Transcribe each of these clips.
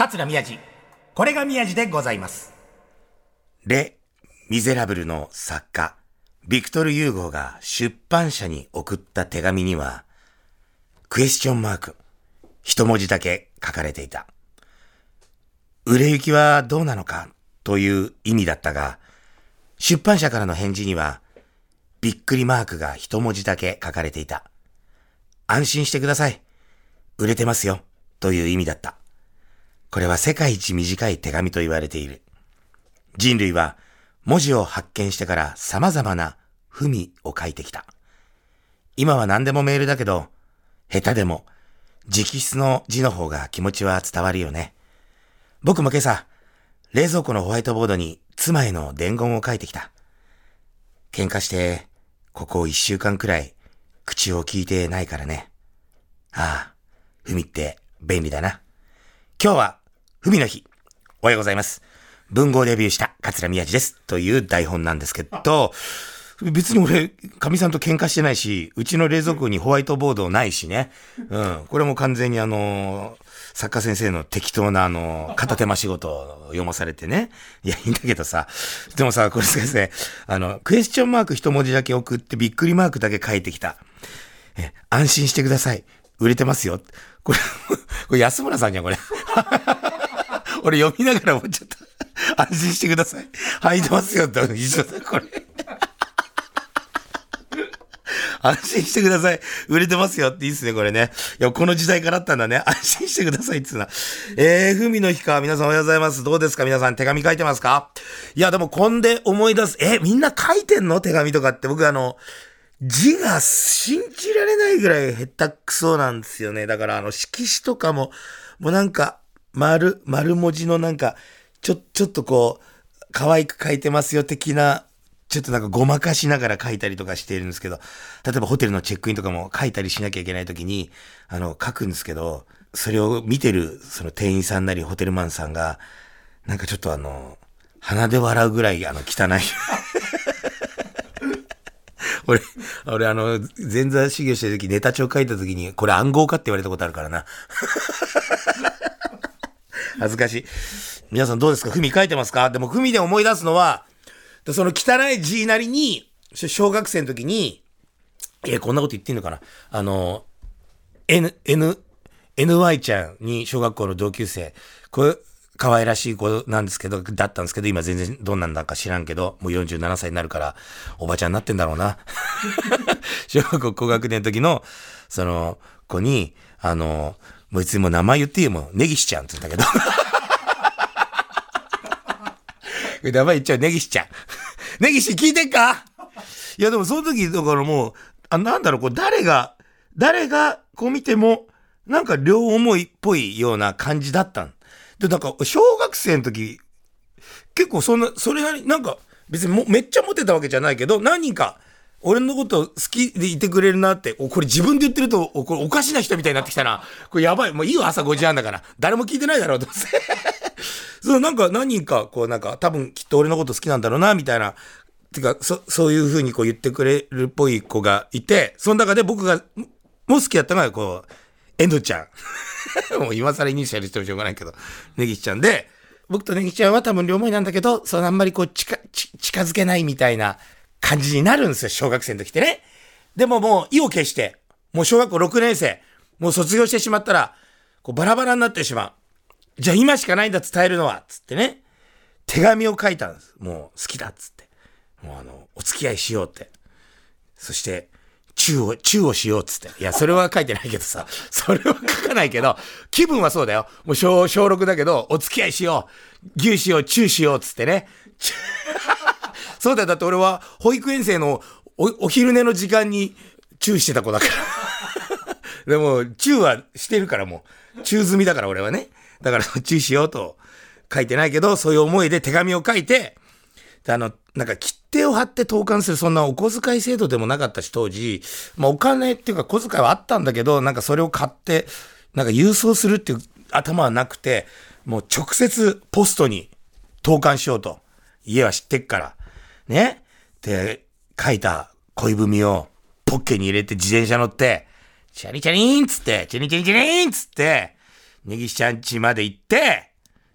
桂宮治。これが宮治でございます。 レ・ミゼラブルの作家、ビクトル・ユーゴーが出版社に送った手紙には、クエスチョンマーク、一文字だけ書かれていた。売れ行きはどうなのかという意味だったが、出版社からの返事には、びっくりマークが一文字だけ書かれていた。安心してください。売れてますよ。という意味だった。これは世界一短い手紙と言われている。人類は文字を発見してから様々な文を書いてきた。今は何でもメールだけど、下手でも直筆の字の方が気持ちは伝わるよね。僕も今朝、冷蔵庫のホワイトボードに妻への伝言を書いてきた。喧嘩して、ここ1週間くらい口を聞いてないからね。ああ、文って便利だな。今日は文の日。おはようございます。文豪デビューした桂宮治です。という台本なんですけど、別に俺、神さんと喧嘩してないし、うちの冷蔵庫にホワイトボードないしね。これも完全に作家先生の適当な片手間仕事を読まされてね。いや、いいんだけどさ。でもさ、これ先生、クエスチョンマーク一文字だけ送ってびっくりマークだけ書いてきた。安心してください。売れてますよ。これ安村さんじゃん、これ。俺読みながら思っちゃった。安心してください。入ってますよって一緒だ、これ。安心してください。売れてますよっていいっすね、これね。いや、この時代からあったんだね。安心してくださいって言うな。文の日か。皆さんおはようございます。どうですか皆さん手紙書いてますか？いや、でもこんで思い出す。みんな書いてんの手紙とかって。僕字が信じられないぐらい下手くそなんですよね。だから色紙とかも、もうなんか、丸文字のなんか、ちょっとこう、可愛く書いてますよ的な、ちょっとなんかごまかしながら書いたりとかしているんですけど、例えばホテルのチェックインとかも書いたりしなきゃいけないときに、書くんですけど、それを見てるその店員さんなりホテルマンさんが、なんかちょっと鼻で笑うぐらい汚い。俺、前座修行してる時ネタ帳書いた時に、これ暗号かって言われたことあるからな。恥ずかしい。皆さんどうですか？文書いてますか？でも文で思い出すのは、その汚い字なりに、小学生の時に、こんなこと言ってんのかなNY ちゃんに小学校の同級生、これ、可愛らしい子なんですけど、だったんですけど、今全然どんなんだか知らんけど、もう47歳になるから、おばちゃんになってんだろうな。小学校高学年の時の、その子に、もういつも名前言っていいよ、もう、ネギシちゃんって言ったけど。名前言っちゃう、ネギシちゃん。ネギシ聞いてんか？いや、でもその時、だからもう、なんだろう、こう、誰がこう見ても、なんか両思いっぽいような感じだったん。で、なんか、小学生の時、結構それなりになんか、別にめっちゃモテたわけじゃないけど、何人か、俺のこと好きでいてくれるなって、これ自分で言ってると、これおかしな人みたいになってきたな。これやばい。もういいよ、朝5時半だから。誰も聞いてないだろうと思って。そう、なんか何人か、こうなんか、多分きっと俺のこと好きなんだろうな、みたいな。てか、そういう風にこう言ってくれるっぽい子がいて、その中で僕が、もう好きだったのが、こう、N ちゃん。もう今更イニシャルしてもしょうがないけど、ネギちゃんで、僕とネギちゃんは多分両思いなんだけど、あんまりこう近づけないみたいな感じになるんですよ、小学生の時ってね。でももう意を決して、もう小学校6年生、もう卒業してしまったら、こうバラバラになってしまう。じゃあ今しかないんだ伝えるのは、つってね。手紙を書いたんです。もう好きだっつって。もうお付き合いしようって。そして、チューをしようっつって。いや、それは書いてないけどさ。それは書かないけど、気分はそうだよ。もう小6だけど、お付き合いしよう。牛しよう、チューしようっつってね。そうだよ。だって俺は保育園生のお昼寝の時間にチューしてた子だから。でも、チューはしてるからもう。チュー済みだから俺はね。だから、チューしようと書いてないけど、そういう思いで手紙を書いて、なんか切手を貼って投函するそんなお小遣い制度でもなかったし、当時、まあお金っていうか小遣いはあったんだけど、なんかそれを買って、なんか郵送するっていう頭はなくて、もう直接ポストに投函しようと。家は知ってっから。ね。で、書いた恋文をポッケに入れて自転車乗って、チャリチャリーンつって、チャリチャリチャリーンつって、ネギシちゃん家まで行って、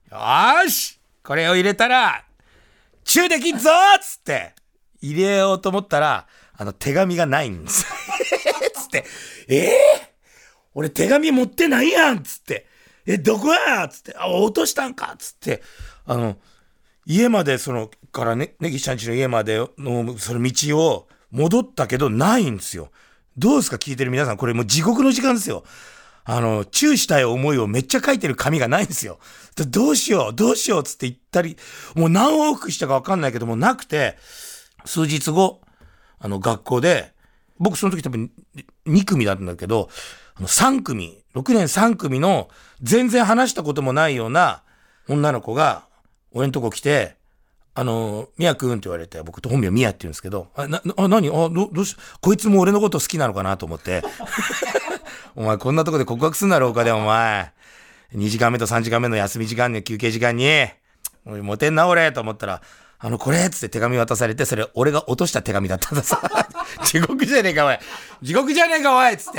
よーしこれを入れたら、チューできんぞーつって、入れようと思ったら、手紙がないんです。つって、俺手紙持ってないやんつって、どこやつって、落としたんかつって、家までからね、根岸ちゃんちの家までの、その道を戻ったけど、ないんですよ。どうですか聞いてる皆さん、これもう地獄の時間ですよ。チューしたい思いをめっちゃ書いてる紙がないんですよ。どうしようつって言ったり、もう何往復したか分かんないけどもなくて、数日後、学校で、僕その時多分2組だったんだけど、6年3組の全然話したこともないような女の子が、俺のとこ来て、みやくんって言われて、僕と本名みやって言うんですけど、何どうし、こいつも俺のこと好きなのかなと思って、お前こんなとこで告白すんな廊下でお前、2時間目と3時間目の休み時間に休憩時間に、モテんな俺と思ったら、これっつって手紙渡されて、それ俺が落とした手紙だったんださ。地獄じゃねえかおい。っつって。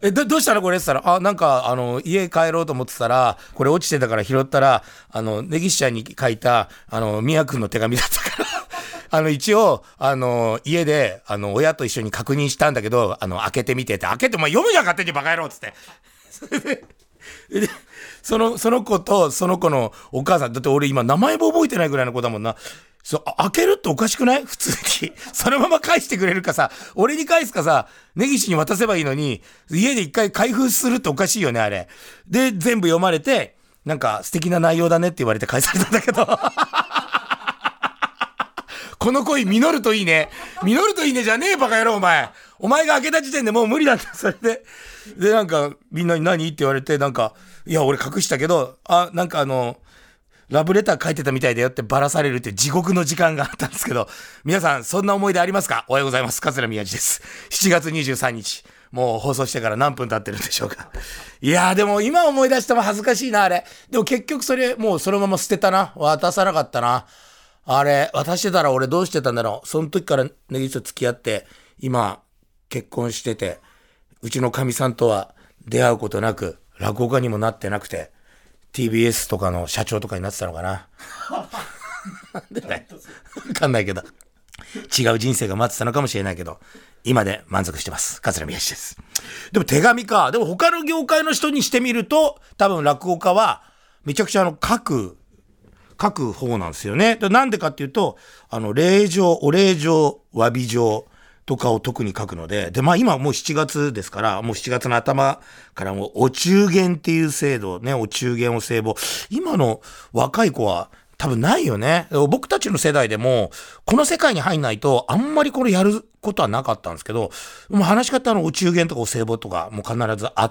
どうしたのこれって言ったら、なんか、家帰ろうと思ってたら、これ落ちてたから拾ったら、根岸ちゃんに書いた、みやくんの手紙だったから、一応、家で、親と一緒に確認したんだけど、開けてみてって、開けて、お前読むじゃん勝手にバカ野郎っつって。それで、その子とその子のお母さん、だって俺今名前も覚えてないぐらいの子だもんな。開けるっておかしくない普通に。そのまま返してくれるかさ、俺に返すかさ、根岸に渡せばいいのに、家で一回開封するっておかしいよね、あれ。で、全部読まれて、なんか素敵な内容だねって言われて返されたんだけど。この恋実るといいね。じゃねえバカ野郎お前。お前が開けた時点でもう無理だって、それで。で、なんか、みんなに何って言われて、なんか、いや、俺隠したけど、なんかラブレター書いてたみたいだよってバラされるって地獄の時間があったんですけど、皆さんそんな思い出ありますか？おはようございます。桂宮治です。7月23日。もう放送してから何分経ってるんでしょうか。いやーでも今思い出しても恥ずかしいな、あれ。でも結局それ、もうそのまま捨てたな。渡さなかったな。あれ、渡してたら俺どうしてたんだろう。その時から根岸と付き合って、今、結婚してて、うちのかみさんとは出会うことなく、落語家にもなってなくて、TBS とかの社長とかになってたのかな。わかんないけど。違う人生が待ってたのかもしれないけど、今で満足してます。桂宮治です。でも手紙か。でも他の業界の人にしてみると、多分落語家はめちゃくちゃ書く方なんですよね。なんでかっていうと、礼状、お礼状、詫び状とかを特に書くので、で、まあ今もう7月ですから、もう7月の頭からもうお中元っていう制度ね、お中元お歳暮。今の若い子は多分ないよね。僕たちの世代でも、この世界に入んないと、あんまりこれやることはなかったんですけど、もう話し方のお中元とかお歳暮とかも必ずあって、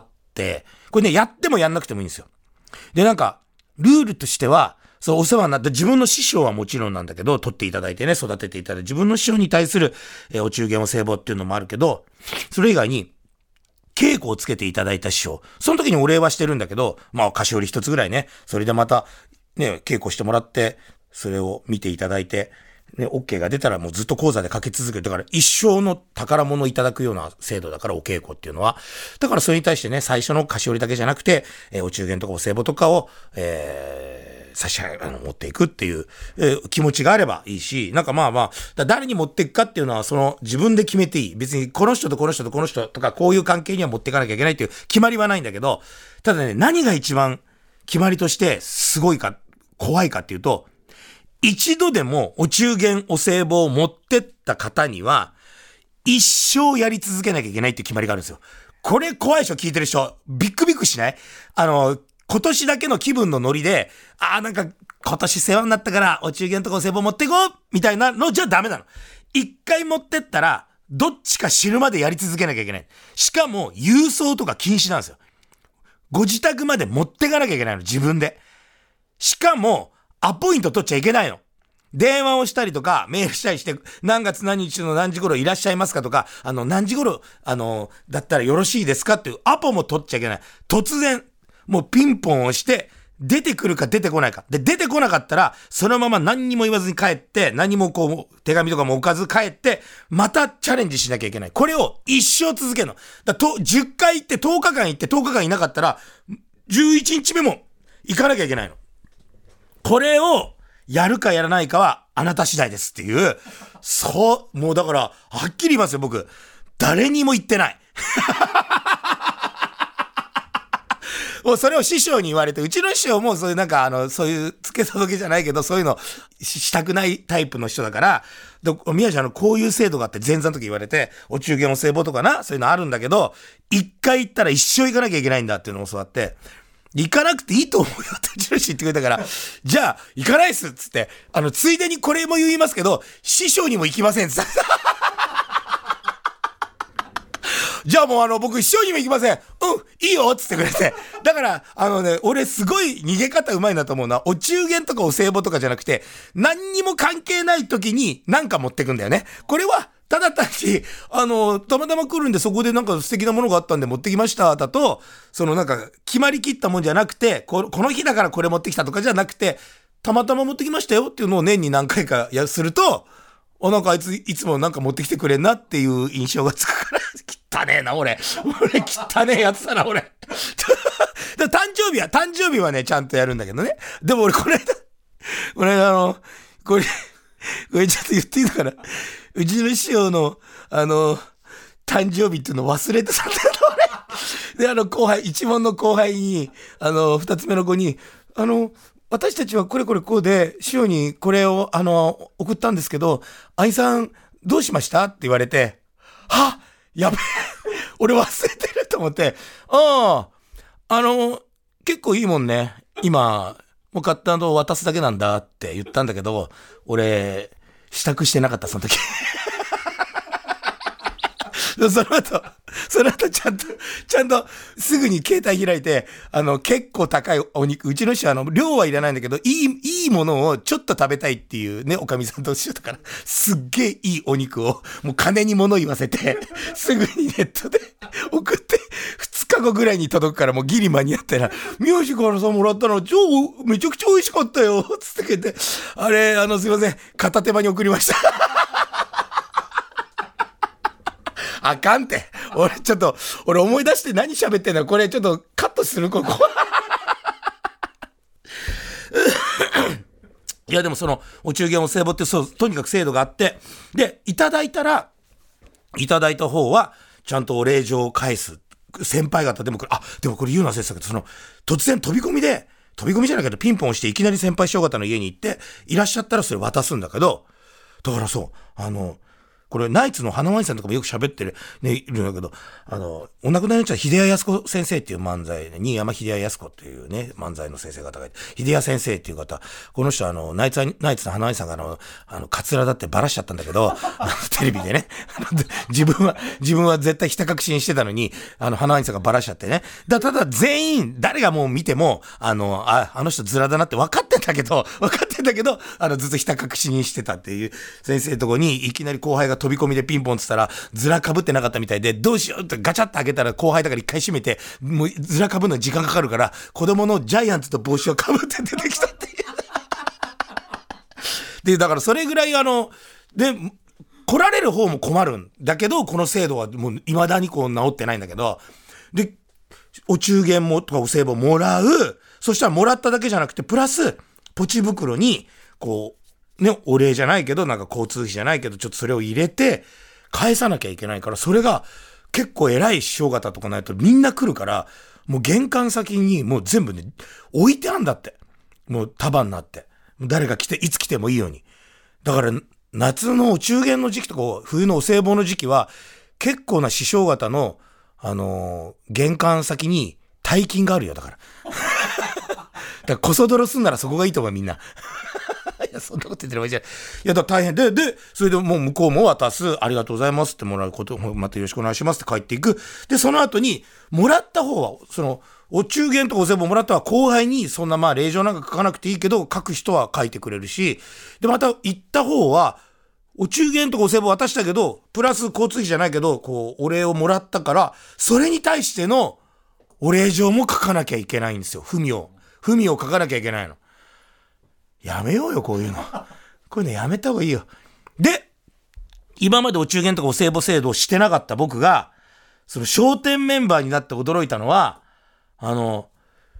これね、やってもやんなくてもいいんですよ。で、なんか、ルールとしては、そう、お世話になった自分の師匠はもちろんなんだけど、取っていただいてね、育てていただいて、自分の師匠に対する、お中元お歳暮っていうのもあるけど、それ以外に、稽古をつけていただいた師匠、その時にお礼はしてるんだけど、まあ、菓子折り一つぐらいね、それでまた、ね、稽古してもらって、それを見ていただいて、ね、OK が出たらもうずっと講座でかけ続ける。だから一生の宝物をいただくような制度だから、お稽古っていうのは。だからそれに対してね、最初の菓子折りだけじゃなくて、お中元とかお歳暮とかを、持っていくっていう、気持ちがあればいいし、なんかまあまあ、誰に持っていくかっていうのは、自分で決めていい。別にこの人とこの人とこの人とか、こういう関係には持っていかなきゃいけないっていう決まりはないんだけど、ただね、何が一番決まりとしてすごいか、怖いかっていうと、一度でもお中元お歳暮を持ってった方には、一生やり続けなきゃいけないっていう決まりがあるんですよ。これ怖いでしょ、聞いてる人。ビックビックしない？今年だけの気分のノリで、なんか今年世話になったからお中元とかお歳暮持っていこうみたいなのじゃダメなの。一回持ってったら、どっちか死ぬまでやり続けなきゃいけない。しかも、郵送とか禁止なんですよ。ご自宅まで持ってかなきゃいけないの、自分で。しかも、アポイント取っちゃいけないの。電話をしたりとか、メールしたりして、何月何日の何時頃いらっしゃいますかとか、何時頃、だったらよろしいですかっていうアポも取っちゃいけない。突然、もうピンポンをして、出てくるか出てこないか。で、出てこなかったら、そのまま何にも言わずに帰って、何も手紙とかも置かず帰って、またチャレンジしなきゃいけない。これを一生続けるの。10回行って10日間行って10日間いなかったら、11日目も行かなきゃいけないの。 これをやるかやらないかはあなた次第ですっていう、もうだから、はっきり言いますよ、僕。誰にも言ってない。もうそれを師匠に言われて、うちの師匠もそういうなんかそういう付け届けじゃないけど、そういうのしたくないタイプの人だから、宮地こういう制度があって前座の時言われて、お中元お歳暮とかな、そういうのあるんだけど、一回行ったら一生行かなきゃいけないんだっていうのを教わって、行かなくていいと思うよってうちの師匠言ってくれたから、じゃあ行かないっすっつって、ついでにこれも言いますけど、師匠にも行きませんっつって。じゃあもう僕一生にも行きません。いいよっつってくれて。だから、俺すごい逃げ方うまいなと思うのは、お中元とかお歳暮とかじゃなくて、何にも関係ない時に何か持ってくんだよね。これは、ただ単に、たまたま来るんでそこでなんか素敵なものがあったんで持ってきましただと、なんか決まりきったもんじゃなくて、この日だからこれ持ってきたとかじゃなくて、たまたま持ってきましたよっていうのを年に何回かすると、なんかあいついつもなんか持ってきてくれんなっていう印象がつくから、汚ねえな、俺汚ねえやつだな、俺。誕生日はね、ちゃんとやるんだけどね。でも俺、これちょっと言っていいのかな。うちの師匠の、誕生日っていうの忘れてたんだよ、俺。で、一門の後輩に、二つ目の子に、私たちはこれこれこうで、師匠にこれを、送ったんですけど、愛さん、どうしましたって言われて、やべえ、俺忘れてると思って、結構いいもんね。今、もう買ったのを渡すだけなんだって言ったんだけど、俺、支度してなかった、その時。その後ちゃんとすぐに携帯開いて、結構高いお肉、うちの人は量はいらないんだけど、いいものをちょっと食べたいっていうね、おかみさんと師匠だから、すっげえいいお肉を、もう金に物言わせて、すぐにネットで送って、2日後ぐらいに届くからもうギリ間に合ったら、宮治からさ、もらったのめちゃくちゃ美味しかったよ、つって言って、あれ、すいません、片手間に送りました。あかんって。俺思い出して何喋ってんだ。これちょっとカットするいやでもお中元お歳暮ってとにかく制度があって、で、いただいた方は、ちゃんとお礼状を返す。先輩方でもでもこれ言うの忘れてたけど、突然飛び込みじゃないけどピンポン押していきなり先輩師匠方の家に行って、いらっしゃったらそれ渡すんだけど、だからこれ、ナイツの花輪さんとかもよく喋ってる、ね、いるんだけど、お亡くなりになっちゃった秀谷靖子先生っていう漫才で、新山秀谷靖子っていうね、漫才の先生方がいて、秀谷先生っていう方、この人ナイツの花輪さんがカツラだってバラしちゃったんだけど、テレビでね、自分は絶対ひた隠しにしてたのに、花輪さんがバラしちゃってね。ただ全員、誰がもう見ても、あの人ズラだなって分かってんだけど、ずっとひた隠しにしてたっていう先生のとこに、いきなり後輩が飛び込みでピンポンって言ったら、ズラ被ってなかったみたいで、どうしようってガチャって開けたら後輩だから一回閉めて、もうズラ被るのに時間かかるから、子供のジャイアンツと帽子を被って出てきたっていう。で、だからそれぐらいで、来られる方も困るんだけど、この制度はもう未だに治ってないんだけど、で、お中元もとかお歳暮もらう、そしたらもらっただけじゃなくて、プラス、ポチ袋に、お礼じゃないけど、なんか交通費じゃないけど、ちょっとそれを入れて、返さなきゃいけないから、それが結構偉い師匠方とかないとみんな来るから、もう玄関先にもう全部ね、置いてあんだって。もう束になって。誰が来て、いつ来てもいいように。だから、夏のお中元の時期とか、冬のお歳暮の時期は、結構な師匠方の、玄関先に大金があるよ、だから。だからこそ泥すんならそこがいいと思う、みんな。いや、そんなこと言ってる場合じゃない。いや、だから大変で、それでもう向こうも渡す、ありがとうございますってもらうこと、またよろしくお願いしますって帰っていく。で、その後に、もらった方は、お中元とかお歳暮もらったは後輩に、そんな礼状なんか書かなくていいけど、書く人は書いてくれるし、で、また行った方は、お中元とかお歳暮渡したけど、プラス交通費じゃないけど、お礼をもらったから、それに対してのお礼状も書かなきゃいけないんですよ。文を書かなきゃいけないの。やめようよ、こういうの。こういうのやめた方がいいよ。で、今までお中元とかお歳暮制度をしてなかった僕が、笑点メンバーになって驚いたのは、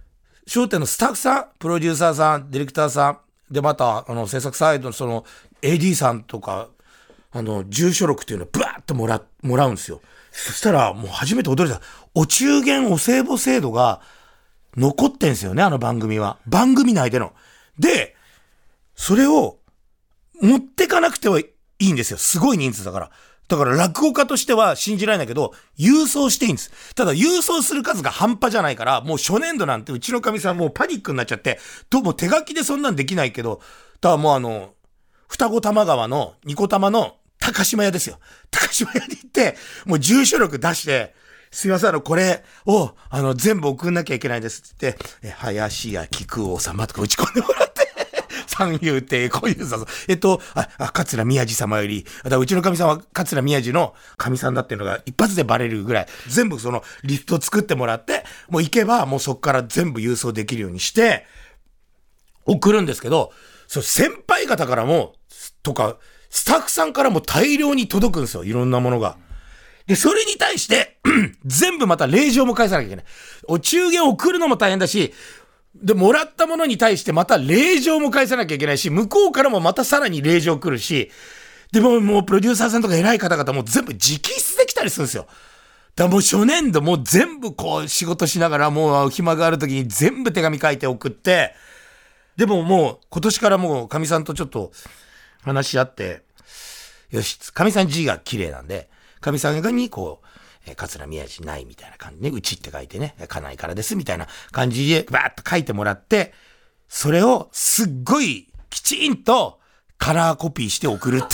笑点のスタッフさん、プロデューサーさん、ディレクターさん、で、また、制作サイドのその、AD さんとか、住所録っていうのをブワーッともらうんですよ。そしたら、もう初めて驚いた。お中元お歳暮制度が残ってんすよね、あの番組は。番組内での。で、それを持ってかなくてはいいんですよ。すごい人数だから。だから落語家としては信じられないけど、郵送していいんです。ただ郵送する数が半端じゃないから、もう初年度なんてうちのかみさんもうパニックになっちゃって、もう手書きでそんなんできないけど、だからもう双子玉川の二子玉の高島屋ですよ。高島屋に行って、もう住所録出して、すいません、これを、全部送んなきゃいけないですって言って、林家木久扇様とか打ち込んでもらって、三遊亭小遊三さん。桂宮治様より、だからうちの神さんは桂宮治の神さんだっていうのが一発でバレるぐらい、全部そのリスト作ってもらって、もう行けばもうそっから全部郵送できるようにして、送るんですけど、先輩方からも、とか、スタッフさんからも大量に届くんですよ、いろんなものが。で、それに対して、全部また令状も返さなきゃいけない。お中元を送るのも大変だし、で、もらったものに対してまた令状も返さなきゃいけないし、向こうからもまたさらに令状来るし、でもうプロデューサーさんとか偉い方々も全部直筆で来たりするんですよ。だからもう初年度もう全部こう仕事しながらもう暇がある時に全部手紙書いて送って、でももう今年からもうかみさんとちょっと話し合って、よし、かみさん字が綺麗なんで、かみさんにこう、桂宮治ないみたいな感じね、うちって書いてね、家内からですみたいな感じでバーッと書いてもらって、それをすっごいきちんとカラーコピーして送るって。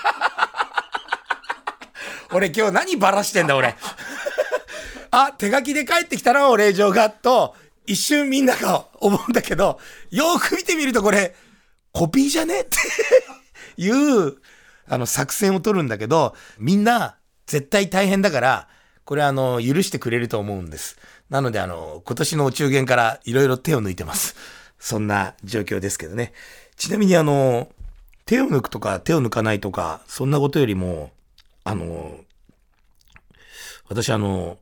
俺今日何バラしてんだ俺。手書きで帰ってきたな、お礼状がと、一瞬みんなが思うんだけど、よーく見てみるとこれ、コピーじゃねっていう、作戦を取るんだけど、みんな、絶対大変だから、これ許してくれると思うんです。なので今年のお中元からいろいろ手を抜いてます。そんな状況ですけどね。ちなみに手を抜くとか手を抜かないとか、そんなことよりも、私弟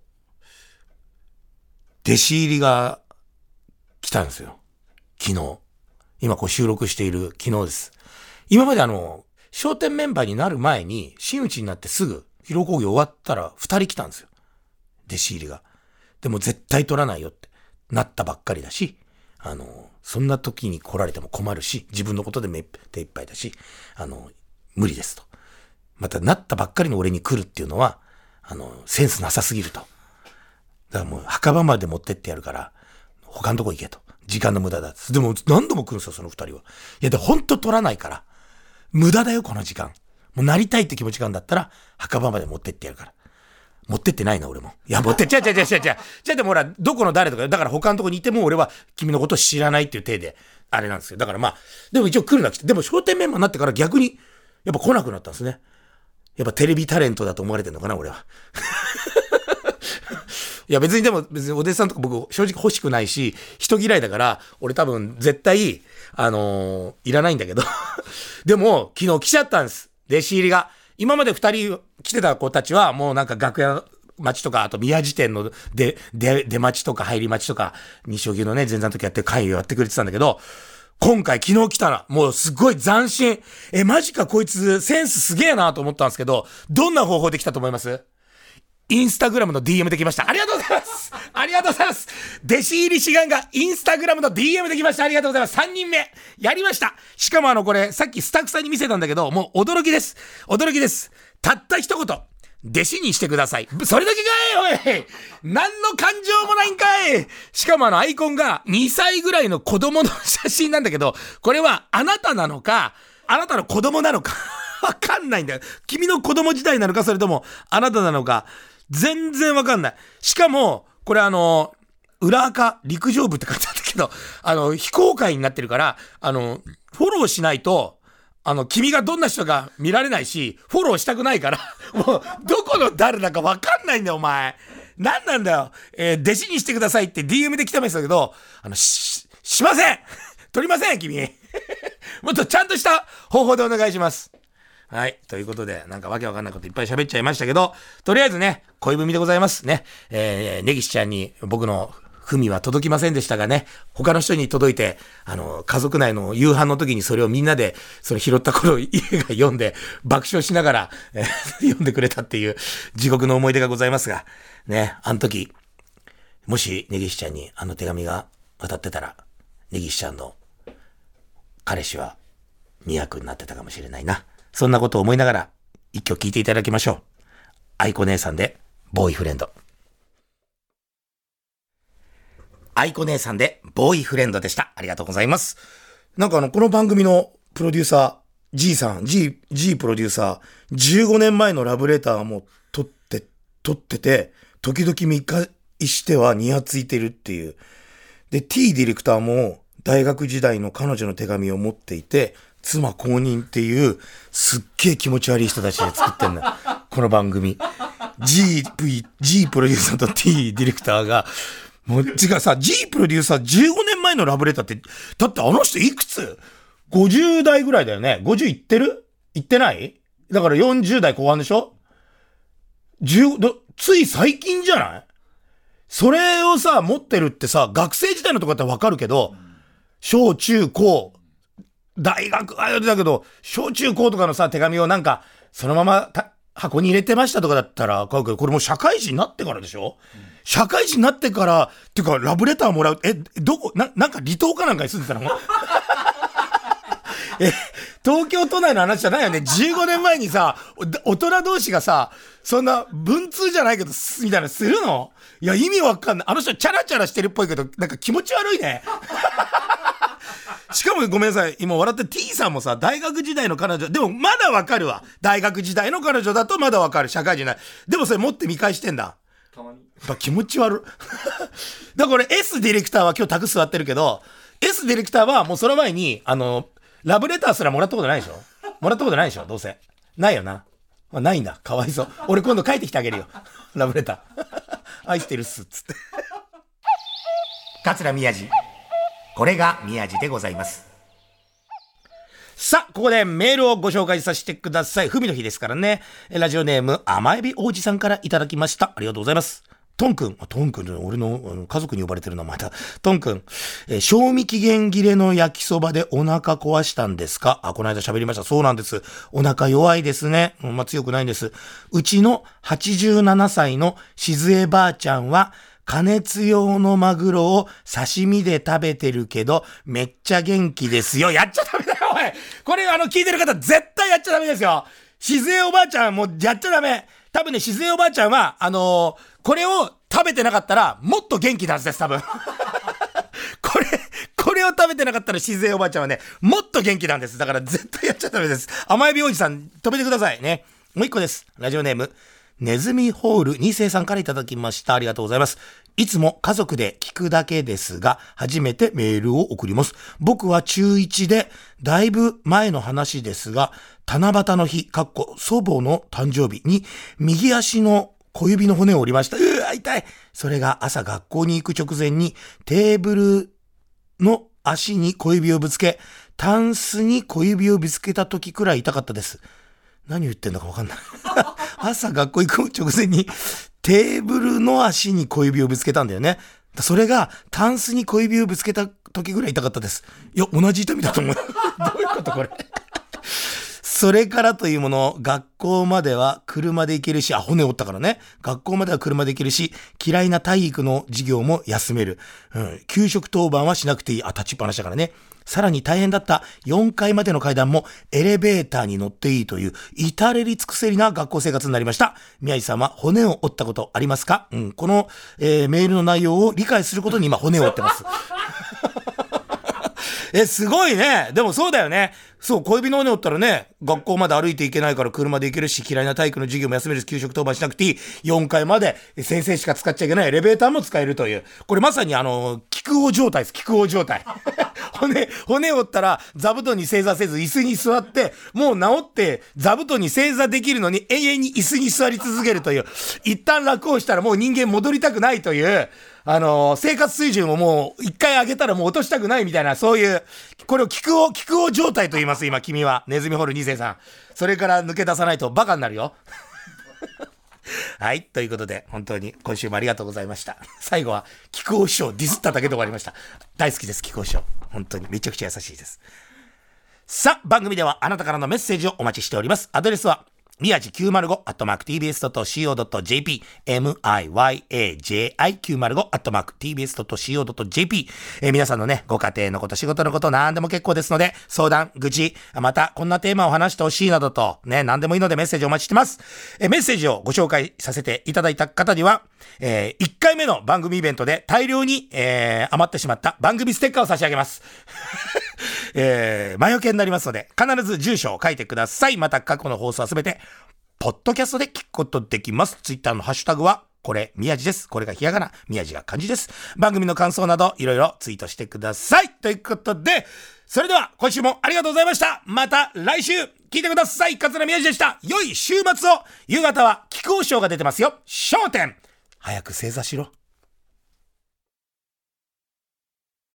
子入りが来たんですよ。昨日。今こう収録している昨日です。今まで笑点メンバーになる前に、真打ちになってすぐ、披露興行終わったら2人来たんですよ。弟子入りが。でも絶対取らないよって。なったばっかりだし、そんな時に来られても困るし、自分のことで手いっぱいだし、無理ですと。またなったばっかりの俺に来るっていうのは、センスなさすぎると。だからもう墓場まで持ってってやるから、他のとこ行けと。時間の無駄だ。でも何度も来るんですよ、その2人は。いや、で、ほんと取らないから。無駄だよ、この時間。もうなりたいって気持ちがあるんだったら、墓場まで持ってってやるから。持ってってないな、俺も。いや、持ってっちゃう。じゃあでもほら、どこの誰とか、だから他のとこにいても俺は君のことを知らないっていう体で、あれなんですよ。だからまあ、でも一応来るなくて、でも笑点メンバーになってから逆に、やっぱ来なくなったんですね。やっぱテレビタレントだと思われてんのかな、俺は。いや別にお弟子さんとか僕正直欲しくないし、人嫌いだから、俺多分絶対、いらないんだけど。でも、昨日来ちゃったんです。弟子入りが。今まで2人来てた子たちは、もうなんか楽屋待ちとか、あと宮地店の出待ちとか入り待ちとか、西荻のね、前座の時やってる会をやってくれてたんだけど、今回昨日来たら、もうすごい斬新。マジかこいつセンスすげえなと思ったんですけど、どんな方法で来たと思います？インスタグラムの DM できました。ありがとうございます。ありがとうございます。弟子入り志願がインスタグラムの DM できました。ありがとうございます。3人目。やりました。しかもこれ、さっきスタッフさんに見せたんだけど、もう驚きです。驚きです。たった一言。弟子にしてください。それだけかいおい。何の感情もないんかい。しかもアイコンが2歳ぐらいの子供の写真なんだけど、これはあなたなのか、あなたの子供なのか、わかんないんだよ。君の子供時代なのか、それともあなたなのか、全然わかんない。しかも、これ裏垢、陸上部って書いてあったけど、非公開になってるから、フォローしないと、君がどんな人か見られないし、フォローしたくないから、もう、どこの誰だかわかんないんだよ、お前。なんなんだよ。弟子にしてくださいって DM で来たんですけど、しません取りません、君。もっとちゃんとした方法でお願いします。はい。ということで、なんかわけわかんないこといっぱい喋っちゃいましたけど、とりあえずね、恋文でございますね。ネギシちゃんに僕のふみは届きませんでしたがね、他の人に届いて、家族内の夕飯の時にそれをみんなで、それ拾った頃、家が読んで、爆笑しながら、読んでくれたっていう地獄の思い出がございますが、ね、あの時、もし、根岸ちゃんに手紙が渡ってたら、根岸ちゃんの彼氏は、宮君になってたかもしれないな。そんなことを思いながら、一曲聴いていただきましょう。愛子姉さんで、ボーイフレンド。愛子姉さんでボーイフレンドでした。ありがとうございます。なんかこの番組のプロデューサー、G さん、G プロデューサー、15年前のラブレターも撮ってて、時々見返してはニヤついてるっていう。で、T ディレクターも大学時代の彼女の手紙を持っていて、妻公認っていう、すっげえ気持ち悪い人たちで作ってんだ。この番組。G プロデューサーと T ディレクターが、もう、違うさ、G プロデューサー15年前のラブレターって、だってあの人いくつ ?50 代ぐらいだよね。50いってるいってないだから40代後半でしょつい最近じゃないそれをさ、持ってるってさ、学生時代のとこだったらわかるけど、小中高、大学、だけど、小中高とかのさ、手紙をなんか、そのまま箱に入れてましたとかだったら、これもう社会人になってからでしょ、社会人になってから、っていうか、ラブレターもらう、なんか離島かなんかに住んでたの東京都内の話じゃないよね。15年前にさ、大人同士がさ、そんな文通じゃないけど、みたいなするの？いや、意味わかんない。あの人チャラチャラしてるっぽいけど、なんか気持ち悪いね。しかもごめんなさい。今笑って T さんもさ、大学時代の彼女、でもまだわかるわ。大学時代の彼女だとまだわかる。社会人ない。でもそれ持って見返してんだ。たまに。やっぱ気持ち悪。だからこれ S ディレクターは今日タク座ってるけど、S ディレクターはもうその前に、ラブレターすらもらったことないでしょ？もらったことないでしょ？どうせ。ないよな。ないんだ。かわいそう。俺今度書いてきてあげるよ。ラブレター。愛してるっす。つって。 桂宮治。これが宮治でございます。 さあ、ここでメールをご紹介させてください。文の日ですからね。ラジオネーム、甘エビ王子さんからいただきました。ありがとうございます。トン君、俺の家族に呼ばれてる名前だ。トン君、賞味期限切れの焼きそばでお腹壊したんですか？この間喋りました。そうなんです。お腹弱いですね。強くないんです。うちの87歳の静江ばあちゃんは、加熱用のマグロを刺身で食べてるけど、めっちゃ元気ですよ。やっちゃダメだよ、おい！これ聞いてる方絶対やっちゃダメですよ。静江おばあちゃんもやっちゃダメ。多分ね、静江おばあちゃんは、これを食べてなかったら、もっと元気なはずです、多分。これを食べてなかったら、静江おばあちゃんはね、もっと元気なんです。だから絶対やっちゃダメです。甘エビおじさん、止めてくださいね。もう一個です。ラジオネーム、ネズミホール2世さんからいただきました。ありがとうございます。いつも家族で聞くだけですが、初めてメールを送ります。僕は中1で、だいぶ前の話ですが、七夕の日、祖母の誕生日に、右足の小指の骨を折りました。痛い。それが朝学校に行く直前に、テーブルの足に小指をぶつけ、タンスに小指をぶつけた時くらい痛かったです。何言ってんだかわかんない。朝学校行く直前にテーブルの足に小指をぶつけたんだよね。それがタンスに小指をぶつけた時ぐらい痛かったです。いや、同じ痛みだと思う。どういうことこれ。それからというもの、学校までは車で行けるし、骨折ったからね。学校までは車で行けるし、嫌いな体育の授業も休める。給食当番はしなくていい。立ちっぱなしだからね。さらに大変だった4階までの階段もエレベーターに乗っていいという至れり尽くせりな学校生活になりました。宮治さんは骨を折ったことありますか？この、メールの内容を理解することに今骨を折ってます。すごいね。でもそうだよね。そう、小指の骨折ったらね、学校まで歩いて行けないから車で行けるし、嫌いな体育の授業も休めるし、給食当番しなくていい。4階まで先生しか使っちゃいけないエレベーターも使えるという。これまさに菊王状態です。菊王状態。骨折ったら座布団に正座せず椅子に座って、もう治って座布団に正座できるのに永遠に椅子に座り続けるという。一旦楽をしたらもう人間戻りたくないという。生活水準をもう一回上げたらもう落としたくないみたいな、そういう、これを菊王状態と言います、今、君は。ネズミホール2世さん。それから抜け出さないとバカになるよ。 はい。ということで、本当に今週もありがとうございました。最後は、木久扇師匠ディスっただけで終わりました。大好きです、木久扇師匠。本当にめちゃくちゃ優しいです。さあ、番組ではあなたからのメッセージをお待ちしております。アドレスは、宮地 905@tbs.co.jp miyaji905@tbs.co.jp 皆さんのね、ご家庭のこと、仕事のこと、何でも結構ですので、相談、愚痴、またこんなテーマを話してほしいなどと、ね、何でもいいのでメッセージお待ちしてます。メッセージをご紹介させていただいた方には、1回目の番組イベントで大量に、余ってしまった番組ステッカーを差し上げます。魔除けになりますので、必ず住所を書いてください。また過去の放送はすべて、ポッドキャストで聞くことできます。ツイッターのハッシュタグは、これ、宮地です。これがひらがな、宮地が漢字です。番組の感想など、いろいろツイートしてください。ということで、それでは、今週もありがとうございました。また来週、聞いてください。桂宮地でした。良い週末を。夕方は、木久扇師匠が出てますよ。笑点。早く正座しろ。